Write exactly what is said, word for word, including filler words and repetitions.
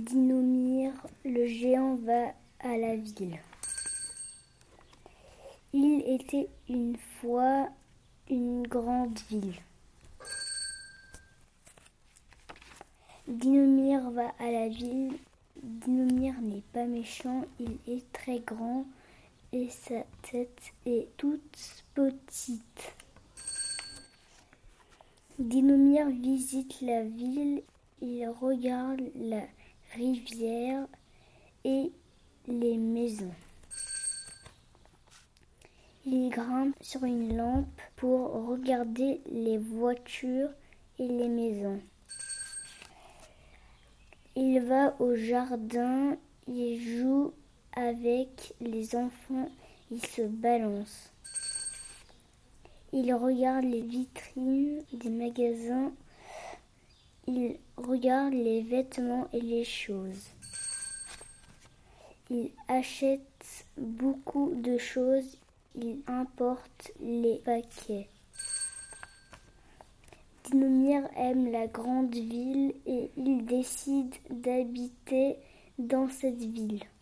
Dinomir, le géant, va à la ville. Il était une fois une grande ville. Dinomir va à la ville. Dinomir n'est pas méchant, il est très grand et sa tête est toute petite. Dinomir visite la ville, il regarde la rivière et les maisons. Il grimpe sur une lampe pour regarder les voitures et les maisons. Il va au jardin, il joue avec les enfants, il se balance. Il regarde les vitrines des magasins, il regarde les vêtements et les choses. Il achète beaucoup de choses, il importe les paquets. Dinomir aime la grande ville et il décide d'habiter dans cette ville.